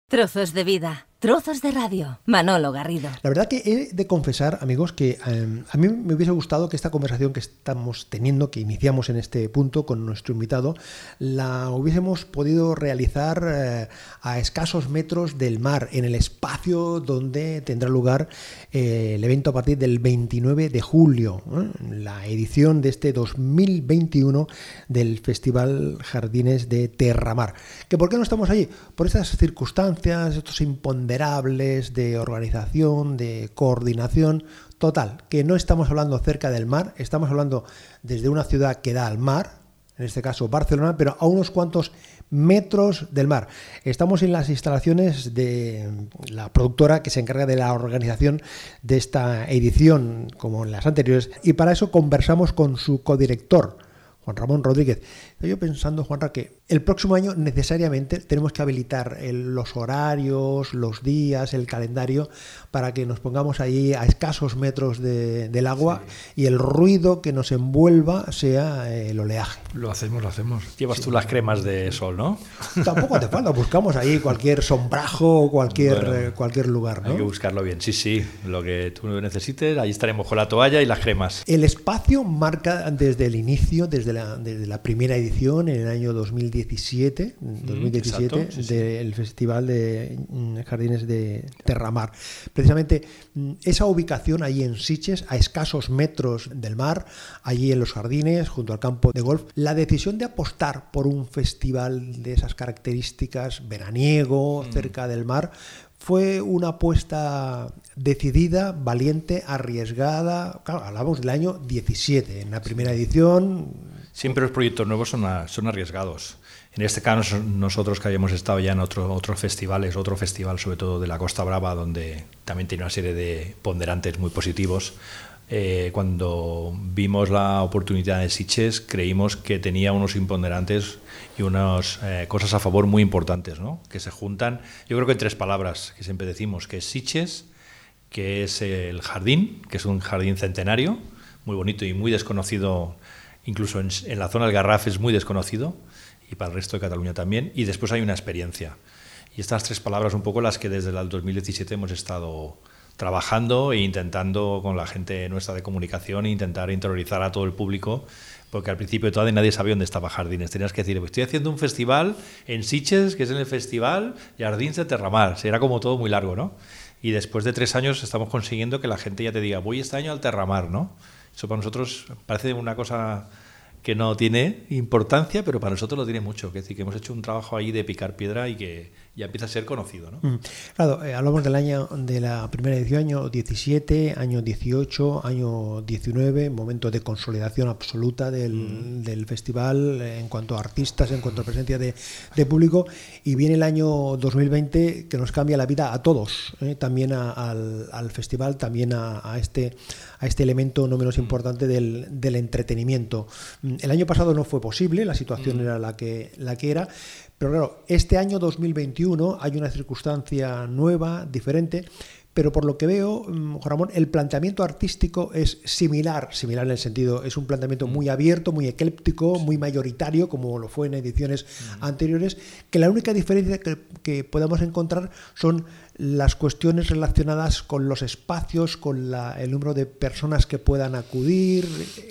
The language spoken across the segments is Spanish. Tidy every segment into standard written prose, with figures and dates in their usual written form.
Trozos de vida, trozos de radio. Manolo Garrido. La verdad que he de confesar, amigos, que a mí me hubiese gustado que esta conversación que estamos teniendo, que iniciamos en este punto con nuestro invitado, la hubiésemos podido realizar a escasos metros del mar, en el espacio donde tendrá lugar el evento a partir del 29 de julio, la edición de este 2021 del Festival Jardines de Terramar. ¿Que por qué no estamos allí? Por estas circunstancias, estos imponderables de organización, de coordinación. Total, que no estamos hablando cerca del mar, estamos hablando desde una ciudad que da al mar, en este caso Barcelona, pero a unos cuantos metros del mar. Estamos en las instalaciones de la productora que se encarga de la organización de esta edición, como en las anteriores, y para eso conversamos con su codirector, Juan Ramón Rodríguez. Yo pensando, Juanra, que el próximo año necesariamente tenemos que habilitar los horarios, los días, el calendario, para que nos pongamos ahí a escasos metros del agua, sí, y el ruido que nos envuelva sea el oleaje. Lo hacemos. Llevas tú las cremas de sol, ¿no? Tampoco hace falta, buscamos ahí cualquier sombrajo o cualquier lugar, ¿no? Hay que buscarlo bien, sí, lo que tú necesites, ahí estaremos con la toalla y las cremas. El espacio marca desde el inicio, desde la primera edición, en el año 2017 exacto, del Festival de Jardines de Terramar. Precisamente esa ubicación ahí en Sitges, a escasos metros del mar, allí en los jardines, junto al campo de golf, la decisión de apostar por un festival de esas características, veraniego, cerca del mar, fue una apuesta decidida, valiente, arriesgada. Claro, hablamos del año 17, en la primera edición. Siempre los proyectos nuevos son arriesgados. En este caso, nosotros que habíamos estado ya en otros festivales, otro festival sobre todo de la Costa Brava, donde también tiene una serie de ponderantes muy positivos, cuando vimos la oportunidad de Sitges, creímos que tenía unos imponderantes y unas cosas a favor muy importantes, ¿no? Que se juntan, yo creo que en tres palabras que siempre decimos, que es Sitges, que es el jardín, que es un jardín centenario, muy bonito y muy desconocido, incluso en la zona del Garraf es muy desconocido, y para el resto de Cataluña también, y después hay una experiencia. Y estas tres palabras un poco las que desde el 2017 hemos estado trabajando e intentando con la gente nuestra de comunicación intentar interiorizar a todo el público, porque al principio de todo nadie sabía dónde estaba Jardines. Tenías que decir, estoy haciendo un festival en Sitges, que es en el Festival Jardins de Terramar. Era como todo muy largo, ¿no? Y después de 3 años estamos consiguiendo que la gente ya te diga, voy este año al Terramar, ¿no? Eso para nosotros parece una cosa que no tiene importancia, pero para nosotros lo tiene mucho. Es decir, que hemos hecho un trabajo ahí de picar piedra y que ya empieza a ser conocido, ¿no? Claro, hablamos del año de la primera edición, año 17, año 18, año 19, momento de consolidación absoluta del festival en cuanto a artistas, en cuanto a presencia de público, y viene el año 2020 que nos cambia la vida a todos, también al festival, también a este elemento no menos importante del entretenimiento. El año pasado no fue posible, la situación era la que era, pero claro, este año 2021 hay una circunstancia nueva, diferente, pero por lo que veo, Juan Ramón, el planteamiento artístico es similar en el sentido, es un planteamiento muy abierto, muy ecléptico, muy mayoritario, como lo fue en ediciones anteriores, que la única diferencia que podemos encontrar son las cuestiones relacionadas con los espacios, con el número de personas que puedan acudir.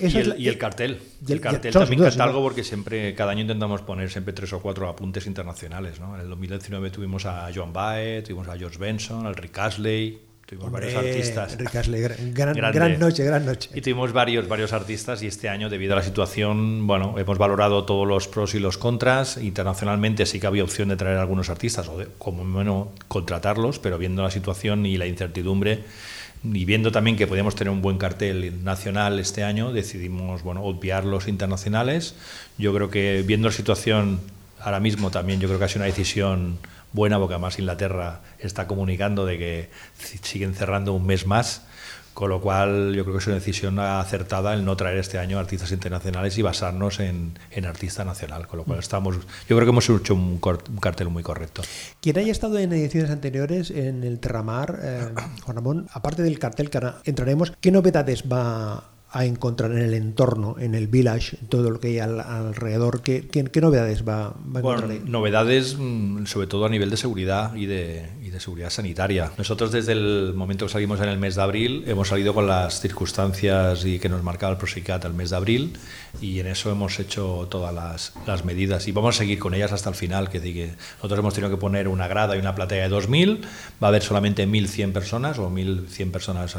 Y el cartel. El cartel también canta algo, porque siempre, cada año intentamos poner siempre 3 o 4 apuntes internacionales, ¿no? En el 2019 tuvimos a Joan Baez, tuvimos a George Benson, al Rick Astley, tuvimos varios artistas. Rick Astley, gran noche. Y tuvimos varios artistas, y este año, debido a la situación, bueno, hemos valorado todos los pros y los contras. Internacionalmente sí que había opción de traer a algunos artistas, o como menos contratarlos, pero viendo la situación y la incertidumbre, y viendo también que podíamos tener un buen cartel nacional este año, decidimos, bueno, obviar los internacionales. Yo creo que, viendo la situación ahora mismo, también yo creo que ha sido una decisión buena, porque además Inglaterra está comunicando de que siguen cerrando un mes más, con lo cual yo creo que es una decisión acertada el no traer este año artistas internacionales y basarnos en artista nacional, con lo cual yo creo que hemos hecho un cartel muy correcto. Quien haya estado en ediciones anteriores en el Terramar, Juan Ramón, aparte del cartel que ahora entraremos, ¿qué novedades va a encontrar en el entorno, en el village, todo lo que hay alrededor? ¿Qué novedades va a encontrar ahí? Novedades sobre todo a nivel de seguridad y de seguridad sanitaria. Nosotros desde el momento que salimos en el mes de abril hemos salido con las circunstancias y que nos marcaba el Procicat al mes de abril, y en eso hemos hecho todas las medidas y vamos a seguir con ellas hasta el final. Que nosotros hemos tenido que poner una grada y una platea de 2.000, va a haber solamente 1.100 personas o 1.100 personas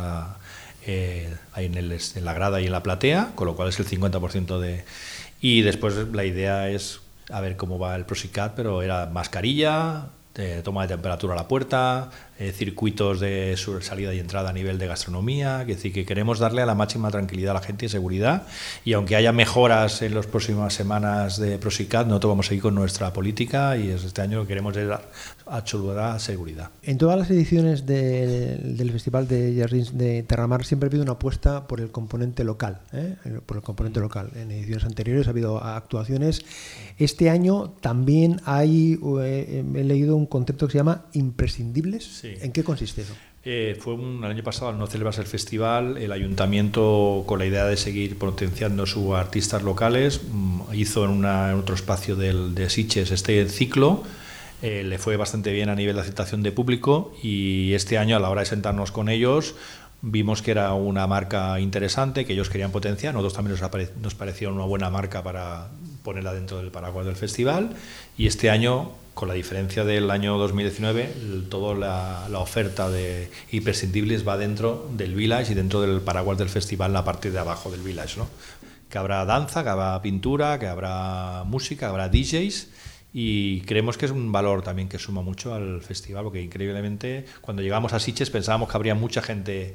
en la grada y en la platea, con lo cual es el 50% de... Y después la idea es a ver cómo va el Procicat, pero era mascarilla, toma de temperatura a la puerta, circuitos de salida y entrada a nivel de gastronomía, que decir que queremos darle a la máxima tranquilidad a la gente y seguridad, y aunque haya mejoras en las próximas semanas de Procicat, nosotros vamos a seguir con nuestra política y este año queremos dar absoluta seguridad. En todas las ediciones del Festival de Jardins de Terramar siempre ha habido una apuesta por el componente local, por el componente local. En ediciones anteriores ha habido actuaciones. Este año también he leído un concepto que se llama imprescindibles. Sí. ¿En qué consiste eso? Fue el año pasado, al no celebrarse el festival, el ayuntamiento, con la idea de seguir potenciando sus artistas locales, hizo en otro espacio de Sitges este ciclo. Le fue bastante bien a nivel de aceptación de público, y este año, a la hora de sentarnos con ellos, vimos que era una marca interesante que ellos querían potenciar. Nosotros también nos pareció una buena marca para ponerla dentro del paraguas del festival, y este año, con la diferencia del año 2019, toda la oferta de imprescindibles va dentro del village y dentro del paraguas del festival, en la parte de abajo del village, ¿no? Que habrá danza, que habrá pintura, que habrá música, que habrá DJs, y creemos que es un valor también que suma mucho al festival, porque increíblemente cuando llegamos a Sitges pensábamos que habría mucha gente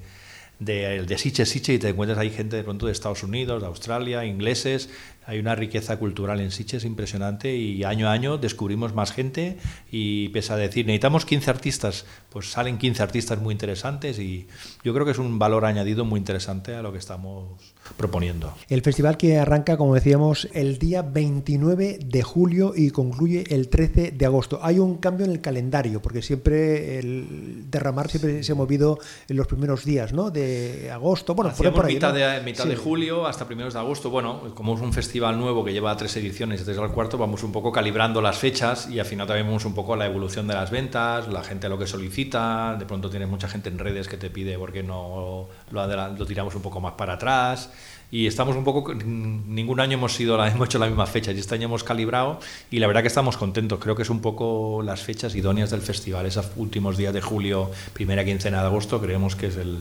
de Sitges, y te encuentras ahí gente de pronto de Estados Unidos, de Australia, ingleses. Hay una riqueza cultural en Sitges impresionante, y año a año descubrimos más gente, y pese a decir necesitamos 15 artistas, pues salen 15 artistas muy interesantes, y yo creo que es un valor añadido muy interesante a lo que estamos proponiendo. El festival que arranca, como decíamos, el día 29 de julio y concluye el 13 de agosto. Hay un cambio en el calendario, porque siempre el Terramar siempre se ha movido en los primeros días, ¿no?, de agosto. Bueno, por ahí, mitad sí, de julio hasta primeros de agosto. Bueno, como es un festival nuevo que lleva 3 ediciones, desde el cuarto, vamos un poco calibrando las fechas, y al final también vemos un poco la evolución de las ventas, la gente lo que solicita. De pronto tienes mucha gente en redes que te pide por qué no lo tiramos un poco más para atrás, y estamos un poco, ningún año hemos hecho la misma fecha, y este año hemos calibrado, y la verdad que estamos contentos. Creo que es un poco las fechas idóneas del festival, esos últimos días de julio, primera quincena de agosto, creemos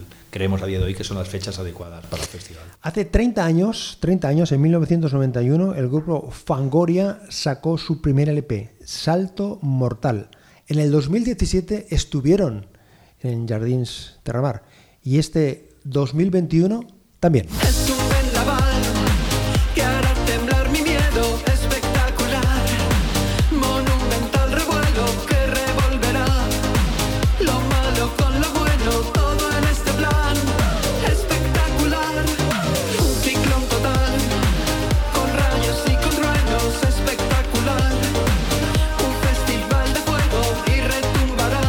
a día de hoy que son las fechas adecuadas para el festival. Hace 30 años, en 1991, el grupo Fangoria sacó su primer LP, Salto Mortal. En el 2017 estuvieron en Jardins Terramar, y este 2021 también. Es un vendaval que hará temblar mi miedo, espectacular, monumental revuelo que revolverá lo malo con lo bueno, todo en este plan, espectacular, un ciclón total, con rayos y con truenos, espectacular, un festival de fuego y retumbará,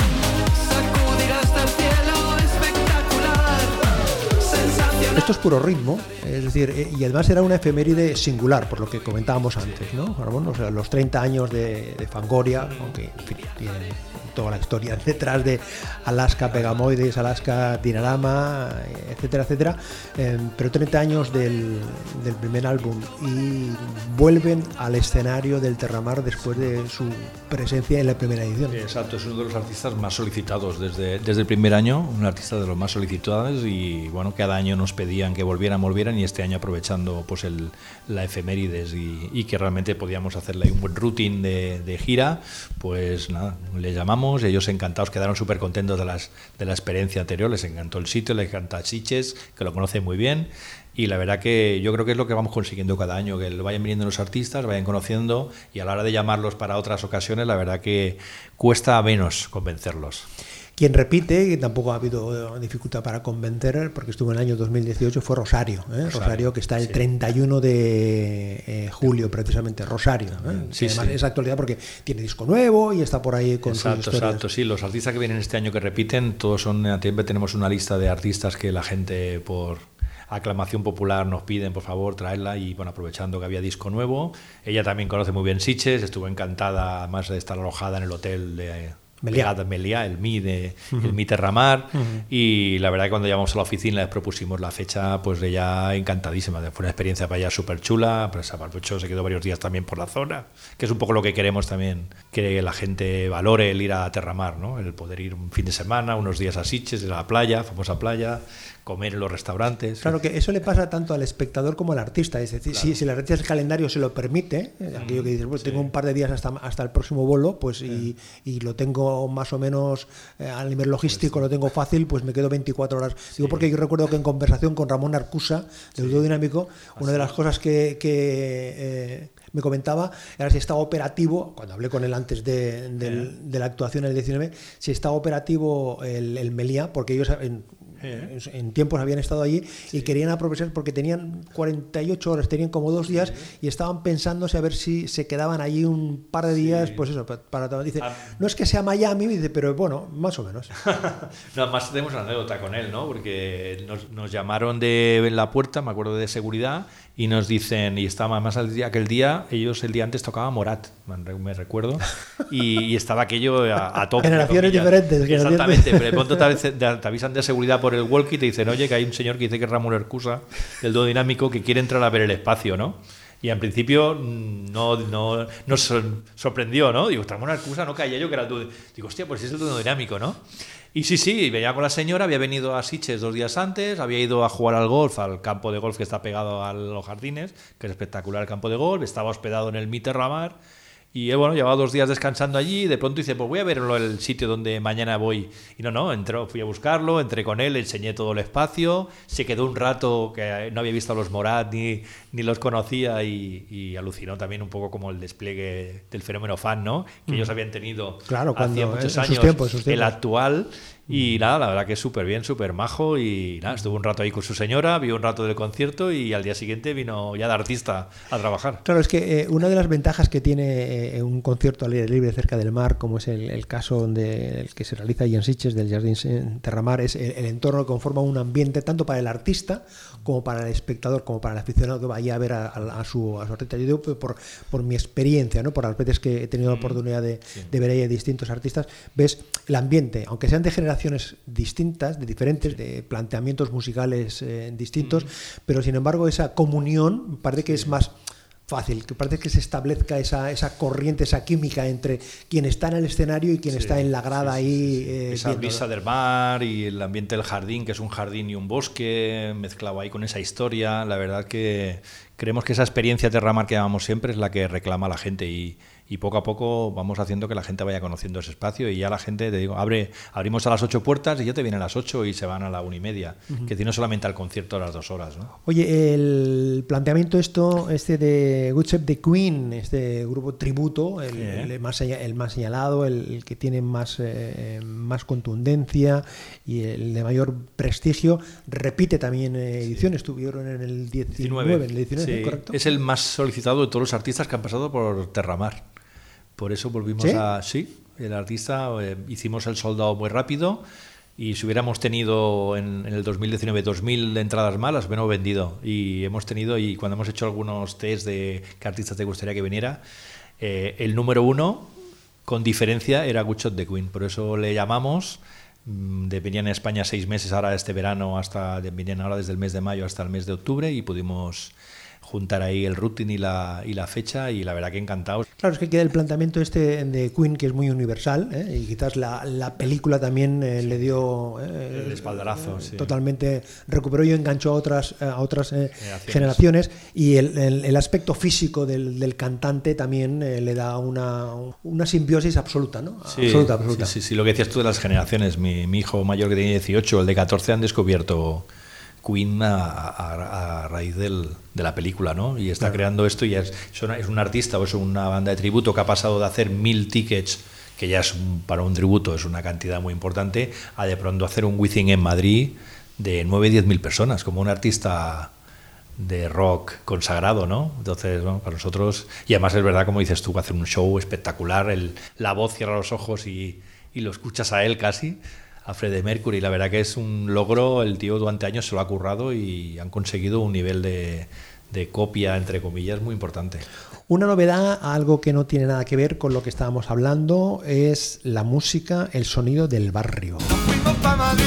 sacudirá hasta el cielo, espectacular, sensacional. Esto es puro ritmo, es decir, y además era una efeméride singular, por lo que comentábamos antes, ¿no, Ramón? O sea, los 30 años de Fangoria, aunque en fin, tienen toda la historia detrás de Alaska Pegamoides, Alaska Dinarama, etcétera, etcétera, pero 30 años del primer álbum, y vuelven al escenario del Terramar después de su presencia en la primera edición. Exacto, es uno de los artistas más solicitados desde el primer año, un artista de los más solicitados, y bueno, cada año nos pedían que volvieran, y este año, aprovechando pues la efemérides y que realmente podíamos hacerle un buen routine de gira, pues nada, le llamamos, ellos encantados, quedaron súper contentos de la experiencia anterior, les encantó el sitio, les encanta Sitges, que lo conocen muy bien, y la verdad que yo creo que es lo que vamos consiguiendo cada año, que vayan viniendo los artistas, vayan conociendo, y a la hora de llamarlos para otras ocasiones, la verdad que cuesta menos convencerlos. Quien repite, que tampoco ha habido dificultad para convencer, porque estuvo en el año 2018, fue Rosario. Rosario, que está el 31 de julio, precisamente, Rosario. Sí, además es actualidad porque tiene disco nuevo y está por ahí con sus historias. Exacto, sí. Los artistas que vienen este año que repiten, todos son, siempre tenemos una lista de artistas que la gente aclamación popular nos piden, por favor, traerla y bueno, aprovechando que había disco nuevo. Ella también conoce muy bien Sitges, estuvo encantada además de estar alojada en el hotel de Meliá, el Mi Terramar, y la verdad que cuando llegamos a la oficina les propusimos la fecha, pues ella encantadísima, fue una experiencia para ella súper chula, pues aprovechó, se quedó varios días también por la zona, que es un poco lo que queremos también, que la gente valore el ir a Terramar, ¿no? El poder ir un fin de semana, unos días a Sitges, a la playa, famosa playa, comer en los restaurantes. Claro que eso le pasa tanto al espectador como al artista, es decir, claro. si la artista el calendario se lo permite, aquello que dices, pues tengo un par de días hasta el próximo vuelo, pues y lo tengo más o menos a nivel logístico, lo tengo fácil, pues me quedo 24 horas. Digo porque yo recuerdo que en conversación con Ramón Arcusa, del Dúo Dinámico, una de las cosas que me comentaba era si estaba operativo, cuando hablé con él antes de la actuación en el 19, si estaba operativo el Meliá, porque ellos en tiempos habían estado allí y querían aprovechar porque tenían 48 horas, tenían como 2 días y estaban pensándose a ver si se quedaban allí un par de días, pues eso, para dice, no es que sea Miami, dice, pero bueno, más o menos. No, además tenemos una anécdota con él, ¿no? Porque nos llamaron de la puerta, me acuerdo de seguridad, y nos dicen, y estaba más aquel día, ellos el día antes tocaban Morat, me recuerdo, y estaba aquello a tope. Generaciones diferentes. Exactamente, pero de pronto te avisan de seguridad por el walkie y te dicen, oye, que hay un señor que dice que es Ramón Arcusa, del Dúo Dinámico, que quiere entrar a ver el espacio, ¿no? Y en principio no nos sorprendió, ¿no? Digo, Ramón Arcusa, no caía yo que era el Dúo. Digo, hostia, pues es el Dúo Dinámico, ¿no? Y sí, venía con la señora, había venido a Sitges 2 días antes, había ido a jugar al golf, al campo de golf que está pegado a los jardines, que es espectacular el campo de golf, estaba hospedado en el Mi Terramar. Y él, bueno, llevaba 2 días descansando allí y de pronto dice, pues voy a ver el sitio donde mañana voy. Y entró, fui a buscarlo, entré con él, le enseñé todo el espacio, se quedó un rato que no había visto a los Morat ni los conocía y alucinó también un poco como el despliegue del fenómeno fan, ¿no? Que ellos habían tenido hacía muchos años, sus tiempos. El actual. Y nada, la verdad que es súper bien, súper majo y nada, estuvo un rato ahí con su señora, vio un rato del concierto y al día siguiente vino ya de artista a trabajar. Claro, es que una de las ventajas que tiene un concierto al aire libre cerca del mar, como es el caso el que se realiza allí en Sitges, del Jardín Terramar, es el entorno que conforma un ambiente tanto para el artista como para el espectador, como para el aficionado que vaya a ver a su artista. Yo digo por mi experiencia, ¿no? Por las veces que he tenido la oportunidad de ver ahí a distintos artistas, ves el ambiente, aunque sean de generaciones distintas, diferentes, de planteamientos musicales distintos, pero sin embargo esa comunión parece que es más fácil, que parece que se establezca esa corriente, esa química entre quien está en el escenario y quien está en la grada ahí. Esa brisa del mar y el ambiente del jardín, que es un jardín y un bosque, mezclado ahí con esa historia. La verdad que creemos que esa experiencia Terramar que llamamos siempre es la que reclama la gente y poco a poco vamos haciendo que la gente vaya conociendo ese espacio y ya la gente, te digo, abrimos a las 8 puertas y ya te vienen a las 8 y se van a la 1:30, que tiene solamente al concierto a las 2 horas, ¿no? Oye, el planteamiento de Good Shape the Queen, este grupo tributo, el más señalado, el que tiene más contundencia y el de mayor prestigio, repite también ediciones, estuvieron en el 19, en el 19, ¿correcto? Es el más solicitado de todos los artistas que han pasado por Terramar. Por eso volvimos el artista, hicimos el sold out muy rápido y si hubiéramos tenido en el 2019 2.000 entradas malas, hubiéramos vendido. Y hemos tenido, y cuando hemos hecho algunos test de qué artistas te gustaría que viniera, el número 1 con diferencia era Good Shot the Queen. Por eso le llamamos. Venían en España 6 meses ahora este verano, venían ahora desde el mes de mayo hasta el mes de octubre y pudimos juntar ahí el routing y la fecha y la verdad que encantados. Claro, es que queda el planteamiento de Queen que es muy universal y quizás la película también le dio el espaldarazo, totalmente recuperó y enganchó a otras generaciones y el aspecto físico del cantante también le da una simbiosis absoluta, ¿no? Absoluta. Sí, lo que decías tú de las generaciones, mi hijo mayor que tiene 18, el de 14 han descubierto Queen a raíz de la película, ¿no? Y está creando esto y es un artista o es una banda de tributo que ha pasado de hacer 1.000 tickets, que ya es para un tributo es una cantidad muy importante, a de pronto hacer un Withing en Madrid de 9-10.000 personas, como un artista de rock consagrado, ¿no? Entonces, bueno, para nosotros, y además es verdad, como dices tú, hacer un show espectacular, la voz cierra los ojos y lo escuchas a él casi. Freddie Mercury. La verdad que es un logro, el tío durante años se lo ha currado y han conseguido un nivel de copia, entre comillas, muy importante. Una novedad, algo que no tiene nada que ver con lo que estábamos hablando, es la música, el sonido del barrio. Nos fuimos pa' Madrid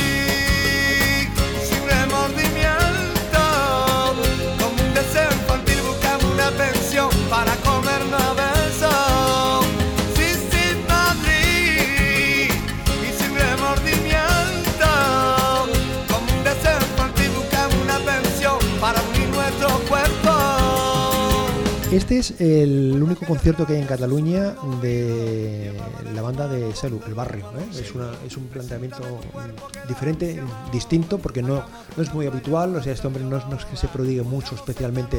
sin remordimiento, como un deseo infantil buscamos una pensión para comernos a besos. Sí, sí, Madrid, y sin remordimiento, como un deseo infantil buscamos una pensión para unir nuestros cuerpos. Este es el único concierto que hay en Cataluña de la banda de Salut, el barrio, ¿eh? Sí. Es un planteamiento diferente, distinto, porque no es muy habitual. O sea, este hombre no es que se prodigue mucho, especialmente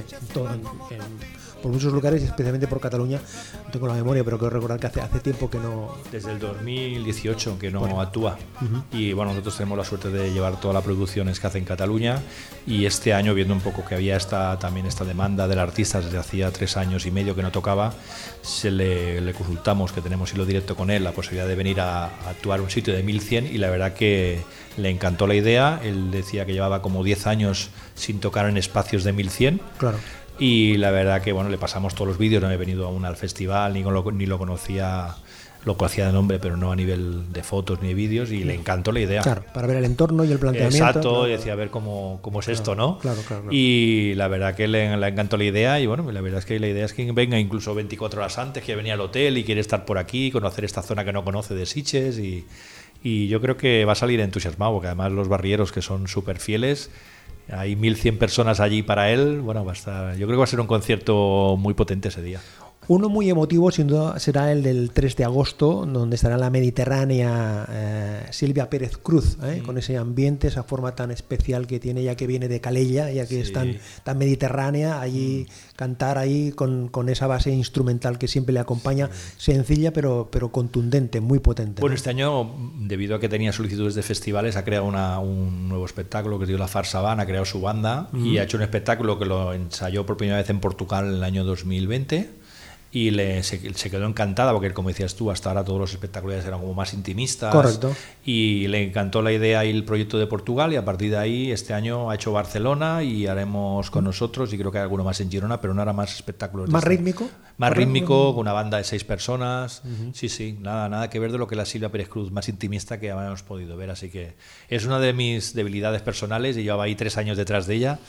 por muchos lugares, especialmente por Cataluña. No tengo la memoria, pero quiero recordar que hace tiempo que no... Desde el 2018 que no actúa. Y bueno, nosotros tenemos la suerte de llevar todas las producciones que hace en Cataluña, y este año, viendo un poco que había también esta demanda del artista desde hacía 3 años y medio que no tocaba, le consultamos, que tenemos hilo directo con él, la posibilidad de venir a actuar un sitio de 1100, y la verdad que le encantó la idea. Él decía que llevaba como 10 años sin tocar en espacios de 1100. Claro. Y la verdad que bueno, le pasamos todos los vídeos. No he venido aún al festival, ni lo conocía, lo conocía de nombre, pero no a nivel de fotos ni de vídeos, y le encantó la idea. Claro, para ver el entorno y el planteamiento. Exacto, claro. Y decía, a ver cómo es esto, ¿no? Claro. Y la verdad que le encantó la idea, y bueno, la verdad es que la idea es que venga incluso 24 horas antes, que venía al hotel y quiere estar por aquí, conocer esta zona que no conoce de Sitges, y yo creo que va a salir entusiasmado, porque además los barrieros, que son súper fieles, hay 1100 personas allí para él. Bueno, yo creo que va a ser un concierto muy potente ese día. Uno muy emotivo sin duda será el del 3 de agosto, donde estará la mediterránea Silvia Pérez Cruz, con ese ambiente, esa forma tan especial que tiene, ya que viene de Calella, ya que es tan mediterránea, allí cantar ahí con esa base instrumental que siempre le acompaña, sencilla pero contundente, muy potente. Bueno, este año, debido a que tenía solicitudes de festivales, ha creado un nuevo espectáculo que se dio La Farsa Van, ha creado su banda y ha hecho un espectáculo que lo ensayó por primera vez en Portugal en el año 2020. Y se quedó encantada, porque como decías tú, hasta ahora todos los espectáculos eran como más intimistas. Correcto. Y le encantó la idea y el proyecto de Portugal, y a partir de ahí este año ha hecho Barcelona y haremos con nosotros, y creo que hay alguno más en Girona, pero no hará más espectáculos. ¿Más rítmico? Más rítmico, con una banda de 6 personas. Sí, nada que ver de lo que la Silvia Pérez Cruz, más intimista que habíamos podido ver. Así que es una de mis debilidades personales, y llevaba ahí 3 años detrás de ella.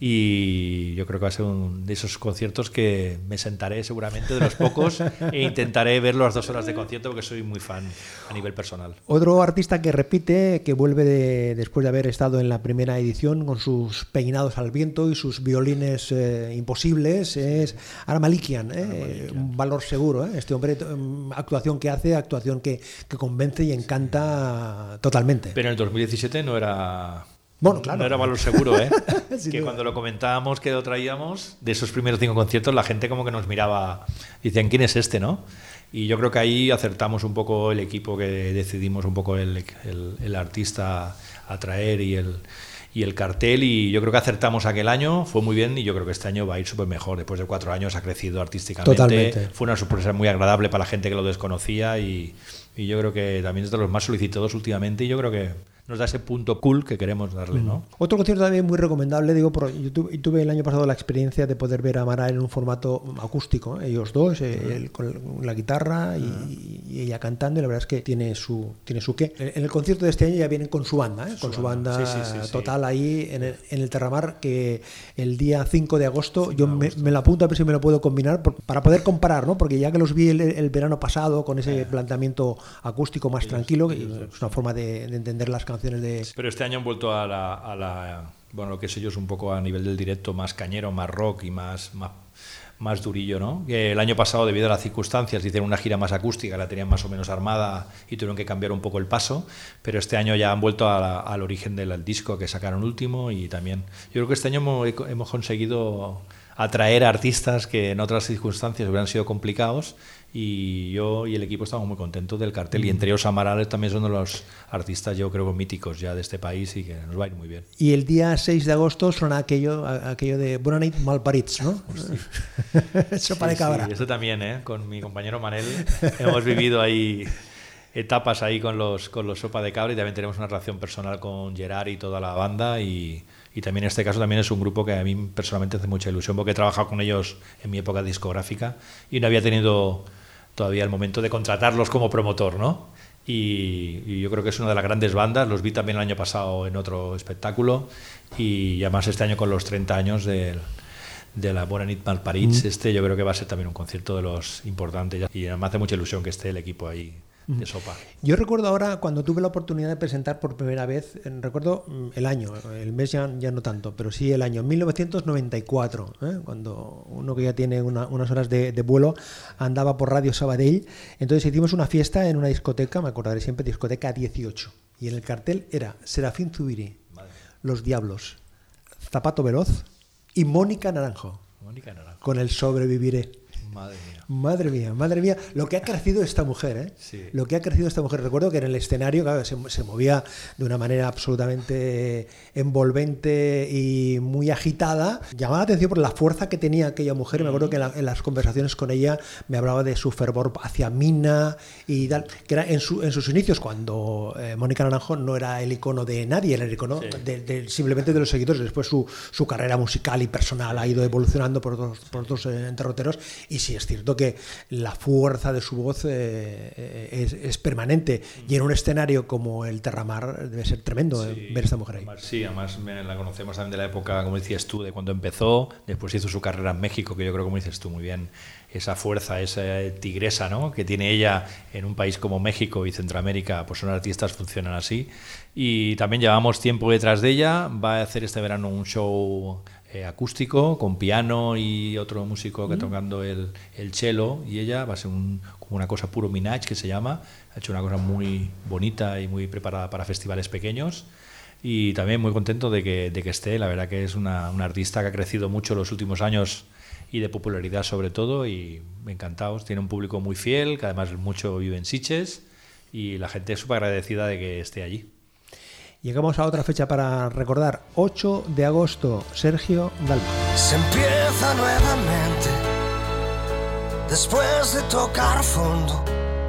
Y yo creo que va a ser uno de esos conciertos que me sentaré seguramente, de los pocos, e intentaré ver las 2 horas de concierto, porque soy muy fan a nivel personal. Otro artista que repite, que vuelve después de haber estado en la primera edición con sus peinados al viento y sus violines imposibles, es Ara Malikian, un valor seguro. Este hombre, actuación que hace, actuación que convence y encanta totalmente. Pero en el 2017 no era... Bueno, claro. No era valor seguro, ¿eh? Que cuando lo comentábamos, que lo traíamos, de esos primeros 5 conciertos, la gente como que nos miraba, decían, ¿quién es este, no? Y yo creo que ahí acertamos un poco el equipo, que decidimos un poco el artista a traer y el cartel, y yo creo que acertamos aquel año, fue muy bien, y yo creo que este año va a ir súper mejor. Después de 4 años ha crecido artísticamente. Totalmente. Fue una sorpresa muy agradable para la gente que lo desconocía, y yo creo que también es de los más solicitados últimamente, y yo creo que nos da ese punto cool que queremos darle, ¿no? Otro concierto también muy recomendable, digo, yo tuve el año pasado la experiencia de poder ver a Mara en un formato acústico, ellos dos, él con la guitarra y ella cantando, y la verdad es que tiene su qué. En el concierto de este año ya vienen con su banda, con su banda total ahí en el Terramar, que el día 5 de agosto, yo me lo apunto a ver si me lo puedo combinar para poder comparar, ¿no? Porque ya que los vi el verano pasado con ese planteamiento acústico más tranquilo, es una forma de entender las canciones. Pero este año han vuelto a la bueno, lo que sé yo es un poco a nivel del directo más cañero, más rock y más durillo, ¿no? Que el año pasado, debido a las circunstancias, hicieron una gira más acústica, la tenían más o menos armada y tuvieron que cambiar un poco el paso, pero este año ya han vuelto al origen del disco que sacaron último, y también yo creo que este año hemos conseguido atraer a artistas que en otras circunstancias hubieran sido complicados, y yo y el equipo estamos muy contentos del cartel, y entre ellos Amaral también son uno de los artistas, yo creo, míticos ya de este país, y que nos va a ir muy bien. Y el día 6 de agosto suena aquello de Bona nit malparits, ¿no? Sopa de cabra. Sí, eso también, con mi compañero Manel hemos vivido ahí etapas ahí con los Sopa de Cabra, y también tenemos una relación personal con Gerard y toda la banda, y también en este caso también es un grupo que a mí personalmente hace mucha ilusión, porque he trabajado con ellos en mi época discográfica y no había tenido todavía el momento de contratarlos como promotor, ¿no? Y yo creo que es una de las grandes bandas. Los vi también el año pasado en otro espectáculo, y además este año con los 30 años de la Bona Nit Malparits, yo creo que va a ser también un concierto de los importantes, y me hace mucha ilusión que esté el equipo ahí de Sopa. Yo recuerdo ahora, cuando tuve la oportunidad de presentar por primera vez, recuerdo el año, el mes ya no tanto, pero sí el año, 1994, cuando uno que ya tiene unas horas de vuelo andaba por Radio Sabadell. Entonces hicimos una fiesta en una discoteca, me acordaré siempre, discoteca 18, y en el cartel era Serafín Zubiri, Los Diablos, Zapato Veloz y Mónica Naranjo. Con el Sobreviviré. Madre mía, lo que ha crecido esta mujer, ¿eh? Sí. Lo que ha crecido esta mujer. Recuerdo que en el escenario, claro, se movía de una manera absolutamente envolvente y muy agitada. Llamaba la atención por la fuerza que tenía aquella mujer. Me acuerdo que en las conversaciones con ella me hablaba de su fervor hacia Mina y tal, que era en sus inicios, cuando Mónica Naranjo no era el icono de nadie, era el icono simplemente de los seguidores. Después su carrera musical y personal ha ido evolucionando por otros derroteros, y sí es cierto que la fuerza de su voz es permanente, y en un escenario como el Terramar debe ser tremendo ver a esta mujer ahí. Sí, además la conocemos también de la época, como decías tú, de cuando empezó. Después hizo su carrera en México, que yo creo, como dices tú muy bien, esa fuerza, esa tigresa, ¿no?, que tiene ella en un país como México y Centroamérica. Pues son artistas, funcionan así, y también llevamos tiempo detrás de ella. Va a hacer este verano un show acústico con piano y otro músico que tocando el cello, y ella va a ser como una cosa puro Minaj, que se llama. Ha hecho una cosa muy bonita y muy preparada para festivales pequeños, y también muy contento de que esté. La verdad que es una artista que ha crecido mucho en los últimos años, y de popularidad sobre todo, y encantados. Tiene un público muy fiel, que además mucho vive en Sitges, y la gente es súper agradecida de que esté allí. Llegamos a otra fecha para recordar, 8 de agosto, Sergio Dalma. Se empieza nuevamente, después de tocar fondo,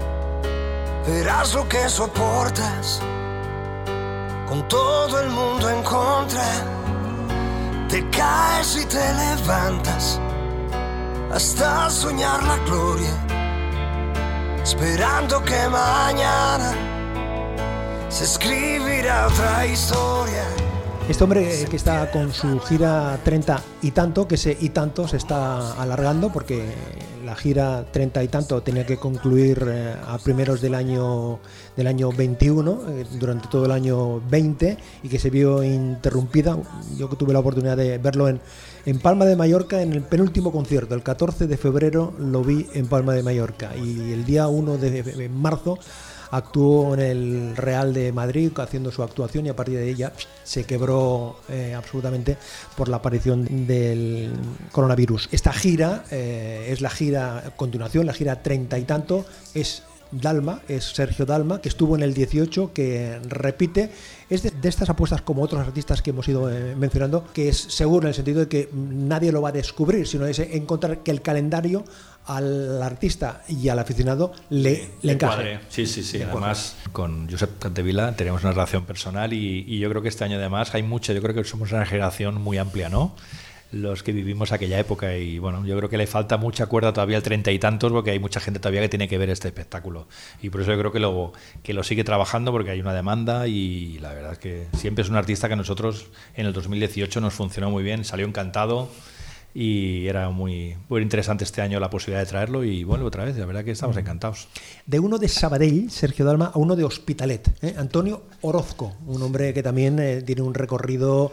verás lo que soportas, con todo el mundo en contra, te caes y te levantas, hasta soñar la gloria, esperando que mañana se escribirá otra historia. Este hombre que está con su gira 30 y tanto, que ese y tanto se está alargando, porque la gira 30 y tanto tenía que concluir a primeros del año 21, durante todo el año 20, y que se vio interrumpida. Yo que tuve la oportunidad de verlo en Palma de Mallorca, en el penúltimo concierto, el 14 de febrero lo vi en Palma de Mallorca, y el día 1 de marzo actuó en el Real de Madrid haciendo su actuación, y a partir de ella se quebró absolutamente por la aparición del coronavirus. Esta gira es la gira a continuación, la gira 30 y tanto, es Sergio Dalma, que estuvo en el 18, que repite. Es de estas apuestas, como otros artistas que hemos ido mencionando, que es seguro en el sentido de que nadie lo va a descubrir, sino es encontrar que el calendario al artista y al aficionado le encaje. Sí. Además, con Josep Cantevila tenemos una relación personal, y yo creo que este año además hay mucha. Yo creo que somos una generación muy amplia, ¿no?, los que vivimos aquella época, y bueno, yo creo que le falta mucha cuerda todavía al 30 y tantos, porque hay mucha gente todavía que tiene que ver este espectáculo, y por eso yo creo que lo sigue trabajando, porque hay una demanda, y la verdad es que siempre es un artista que a nosotros en el 2018 nos funcionó muy bien, salió encantado, y era muy interesante este año la posibilidad de traerlo, y bueno, otra vez, la verdad que estamos encantados. De uno de Sabadell, Sergio Dalma, a uno de Hospitalet, Antonio Orozco, un hombre que también tiene un recorrido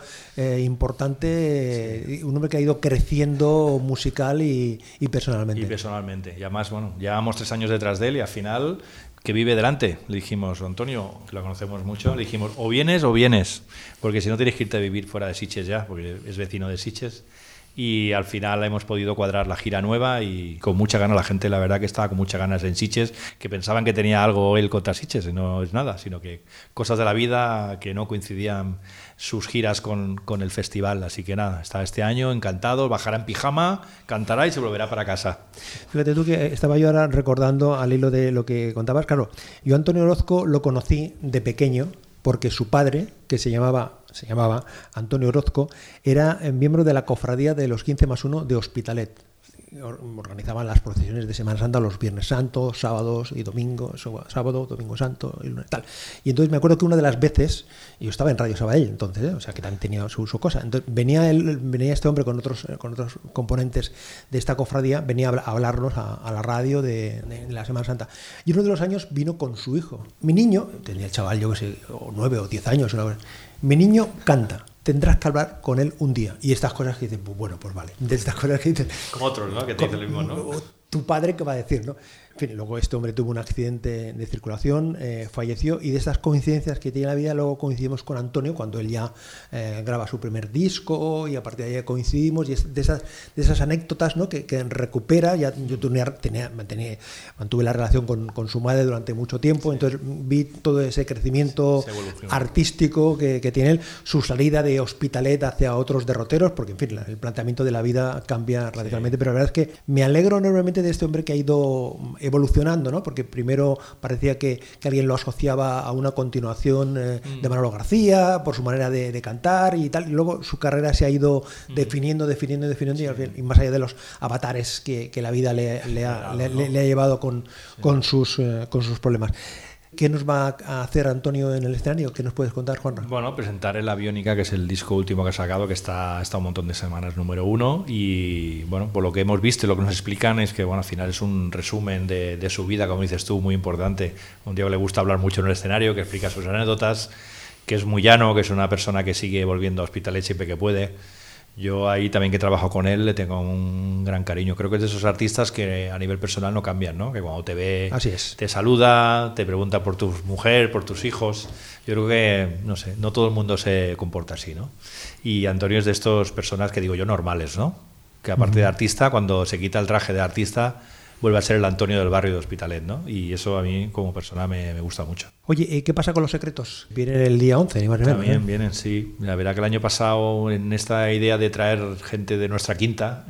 importante, un hombre que ha ido creciendo musical y personalmente. Y además, bueno, llevamos 3 años detrás de él, y al final, que vive delante. Le dijimos, Antonio, que lo conocemos mucho, le dijimos, o vienes, porque si no tienes que irte a vivir fuera de Sitges ya, porque es vecino de Sitges. y al final hemos podido cuadrar la gira nueva y con mucha ganas. La gente, la verdad que estaba con muchas ganas en Sitges, que pensaban que tenía algo él contra Sitges, y no es nada, sino que cosas de la vida que no coincidían sus giras con el festival. Así que nada, está este año encantado, bajará en pijama, cantará y se volverá para casa. Fíjate tú que estaba yo ahora recordando al hilo de lo que contabas. Claro, yo a Antonio Orozco lo conocí de pequeño porque su padre, que se llamaba Antonio Orozco, era miembro de la cofradía de los 15+1 de Hospitalet. Organizaban las procesiones de Semana Santa los Viernes Santos, sábados y domingos, sábado, domingo santo y lunes tal. Y entonces me acuerdo que una de las veces, yo estaba en Radio Sabadell entonces, o sea que también tenía su cosa. Entonces venía este hombre con otros componentes de esta cofradía, venía a hablarnos a la radio de la Semana Santa. Y uno de los años vino con su hijo. Mi niño, tenía el chaval, yo que sé, 9 o 10 años, mi niño canta. Tendrás que hablar con él un día. Y estas cosas que dicen, pues bueno, pues vale. De estas cosas que dicen... Como otros, ¿no? Que te dicen lo mismo, ¿no? Tu padre, ¿qué va a decir, no? En fin, luego este hombre tuvo un accidente de circulación, falleció, y de esas coincidencias que tiene la vida, luego coincidimos con Antonio cuando él ya graba su primer disco, y a partir de ahí coincidimos, y es de esas anécdotas, ¿no? que recupera. Ya yo mantuve la relación con su madre durante mucho tiempo, sí. Entonces vi todo ese crecimiento artístico que tiene él, su salida de Hospitalet hacia otros derroteros, porque en fin, el planteamiento de la vida cambia radicalmente, sí. Pero la verdad es que me alegro enormemente de este hombre que ha ido evolucionando, ¿no? Porque primero parecía que alguien lo asociaba a una continuación de Manolo García por su manera de cantar y tal, y luego su carrera se ha ido definiendo sí. y más allá de los avatares que la vida le ha llevado con sus problemas. ¿Qué nos va a hacer Antonio en el escenario? ¿Qué nos puedes contar, Juanra? Bueno, presentar El Aviónica, que es el disco último que ha sacado, que está un montón de semanas número 1, y bueno, por lo que hemos visto y lo que nos explican es que bueno, al final es un resumen de su vida, como dices tú, muy importante. Un tío que le gusta hablar mucho en el escenario, que explica sus anécdotas, que es muy llano, que es una persona que sigue volviendo a Hospitalet siempre que puede. Yo ahí también, que trabajo con él, le tengo un gran cariño. Creo que es de esos artistas que a nivel personal no cambian, ¿no? Que cuando te ve, te saluda, te pregunta por tu mujer, por tus hijos. Yo creo que, no sé, no todo el mundo se comporta así, ¿no? Y Antonio es de estas personas que digo yo normales, ¿no? Que aparte de artista, cuando se quita el traje de artista, vuelve a ser el Antonio del barrio de Hospitalet, ¿no? Y eso a mí como persona me gusta mucho. Oye, ¿qué pasa con Los Secretos? Vienen el día 11, ni más ni menos. También vienen, sí. La verdad que el año pasado, en esta idea de traer gente de nuestra quinta,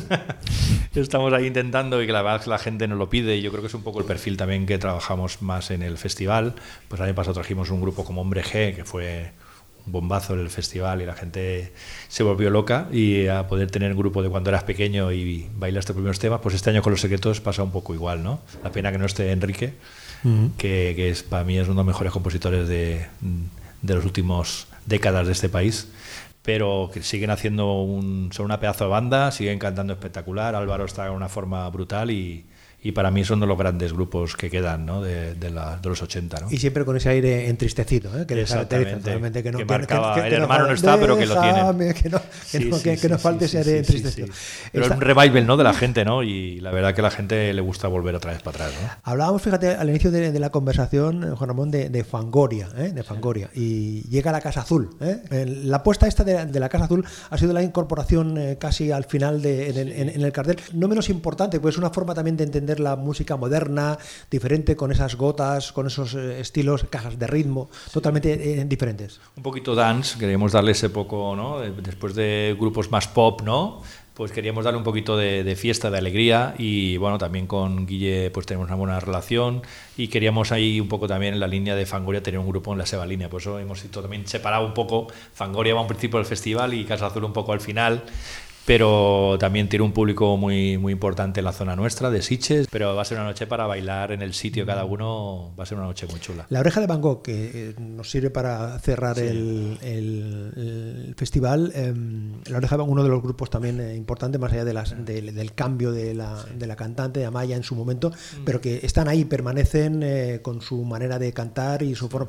estamos ahí intentando, y que la verdad es que la gente nos lo pide, y yo creo que es un poco el perfil también que trabajamos más en el festival. Pues el año pasado trajimos un grupo como Hombre G, que fue un bombazo en el festival y la gente se volvió loca, y a poder tener un grupo de cuando eras pequeño y bailar estos primeros temas, pues este año con Los Secretos pasa un poco igual, ¿no? La pena que no esté Enrique, que es, para mí es uno de los mejores compositores de los últimos décadas de este país, pero que siguen haciendo son una pedazo de banda, siguen cantando espectacular. Álvaro está de una forma brutal, y para mí son de los grandes grupos que quedan, ¿no? de los 80, ¿no? Y siempre con ese aire entristecido, que les caracteriza totalmente, que marcaba, el hermano no está, pero que lo tienen. Que no falte ese aire entristecido. Pero es un revival, ¿no? De la gente, ¿no? Y la verdad que a la gente le gusta volver otra vez para atrás, ¿no? Hablábamos, fíjate, al inicio de la conversación, Juan Ramón, de Fangoria, y llega la Casa Azul. La apuesta esta de la Casa Azul ha sido la incorporación casi al final en el cartel, no menos importante, pues es una forma también de entender la música moderna, diferente, con esas gotas, con esos estilos, cajas de ritmo, totalmente diferentes. Un poquito dance, queríamos darle ese poco, ¿no? Después de grupos más pop, ¿no? Pues queríamos darle un poquito de fiesta, de alegría, y bueno, también con Guille pues tenemos una buena relación, y queríamos ahí un poco también en la línea de Fangoria tener un grupo en la seva línea, por eso hemos también separado un poco. Fangoria va a un principio del festival y Casa Azul un poco al final, pero también tiene un público muy, muy importante en la zona nuestra, de Sitges, pero va a ser una noche para bailar en el sitio cada uno, va a ser una noche muy chula. La Oreja de Van Gogh, que nos sirve para cerrar el festival, La Oreja de Van Gogh, uno de los grupos también importantes, más allá del cambio de la cantante, de Amaya en su momento, pero que están ahí, permanecen con su manera de cantar y su forma.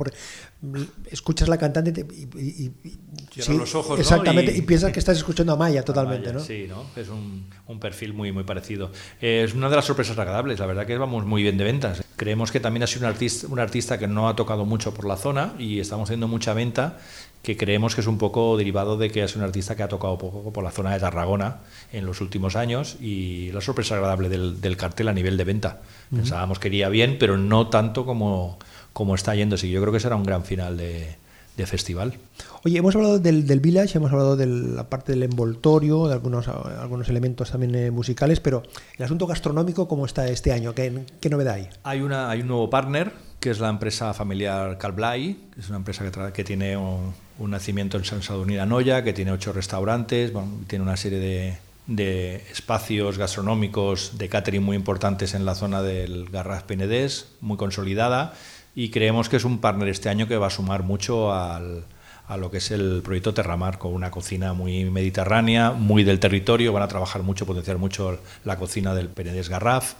Escuchas la cantante y cierras los ojos, exactamente, ¿no? y piensas que estás escuchando a Amaya totalmente. bastante, ¿no? Sí, ¿no? Es un perfil muy, muy parecido. Es una de las sorpresas agradables, la verdad que vamos muy bien de ventas. Creemos que también ha sido un artista que no ha tocado mucho por la zona y estamos haciendo mucha venta, que creemos que es un poco derivado de que es un artista que ha tocado poco por la zona de Tarragona en los últimos años, y la sorpresa agradable del cartel a nivel de venta. Pensábamos que iría bien, pero no tanto como está yéndose. Yo creo que será un gran final de festival. Oye, hemos hablado del village, hemos hablado de la parte del envoltorio, de algunos elementos también musicales, pero el asunto gastronómico, ¿cómo está este año? ¿Qué novedad hay? Hay un nuevo partner, que es la empresa familiar Calblay, que es una empresa que tiene un nacimiento en Sant Sadurní d'Anoia, que tiene 8 restaurantes, tiene una serie de espacios gastronómicos de catering muy importantes en la zona del Garraf Penedès, muy consolidada, y creemos que es un partner este año que va a sumar mucho a lo que es el proyecto Terramar, con una cocina muy mediterránea, muy del territorio. Van a trabajar mucho, potenciar mucho la cocina del Penedès Garraf,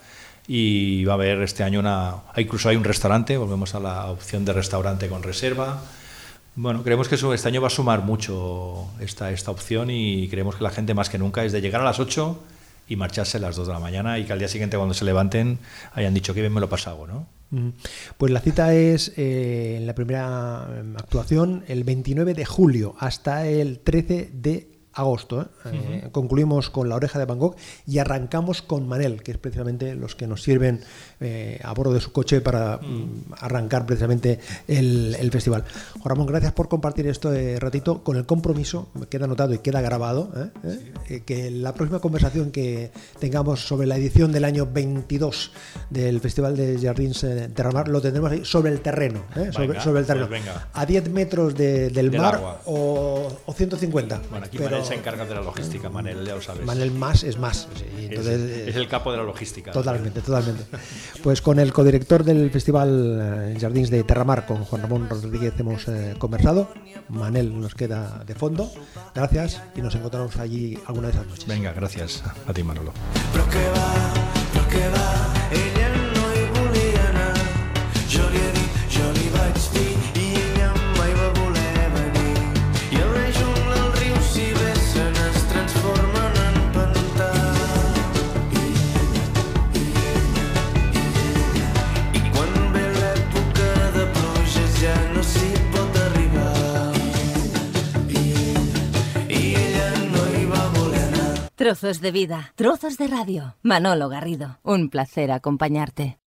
y va a haber este año incluso hay un restaurante, volvemos a la opción de restaurante con reserva. Bueno, creemos que este año va a sumar mucho esta opción, y creemos que la gente más que nunca es de llegar a las 8 y marcharse a las 2 de la mañana, y que al día siguiente, cuando se levanten, hayan dicho qué bien me lo he pasado, ¿no? Pues la cita es en la primera actuación el 29 de julio hasta el 13 de agosto. Concluimos con La Oreja de Van Gogh y arrancamos con Manel, que es precisamente los que nos sirven a bordo de su coche para arrancar precisamente el festival. Juan Ramón, gracias por compartir esto de ratito, con el compromiso, me queda anotado y queda grabado, que la próxima conversación que tengamos sobre la edición del año 22 del Festival de Jardins Terramar lo tendremos ahí sobre el terreno, sobre el terreno, pues venga. A 10 metros del mar agua. o 150. Bueno, aquí pero Manel se encarga de la logística, Manel, ya lo sabes. Manel más es más. Sí, entonces, es el capo de la logística. Totalmente. Pues con el codirector del Festival Jardins de Terramar, con Juan Ramón Rodríguez, hemos conversado. Manel nos queda de fondo. Gracias, y nos encontramos allí alguna de esas noches. Venga, gracias a ti, Manolo. Però què va, ella no hi volia anar. Jo li vaig dir, i ella mai va voler venir. I el rejun al riu, si vessen, es transformen en pantà. I quan ve l'època de pluges ja no s'hi pot arribar. I ella no hi va voler anar. Trozos de vida, trozos de radio. Manolo Garrido, un placer acompañarte.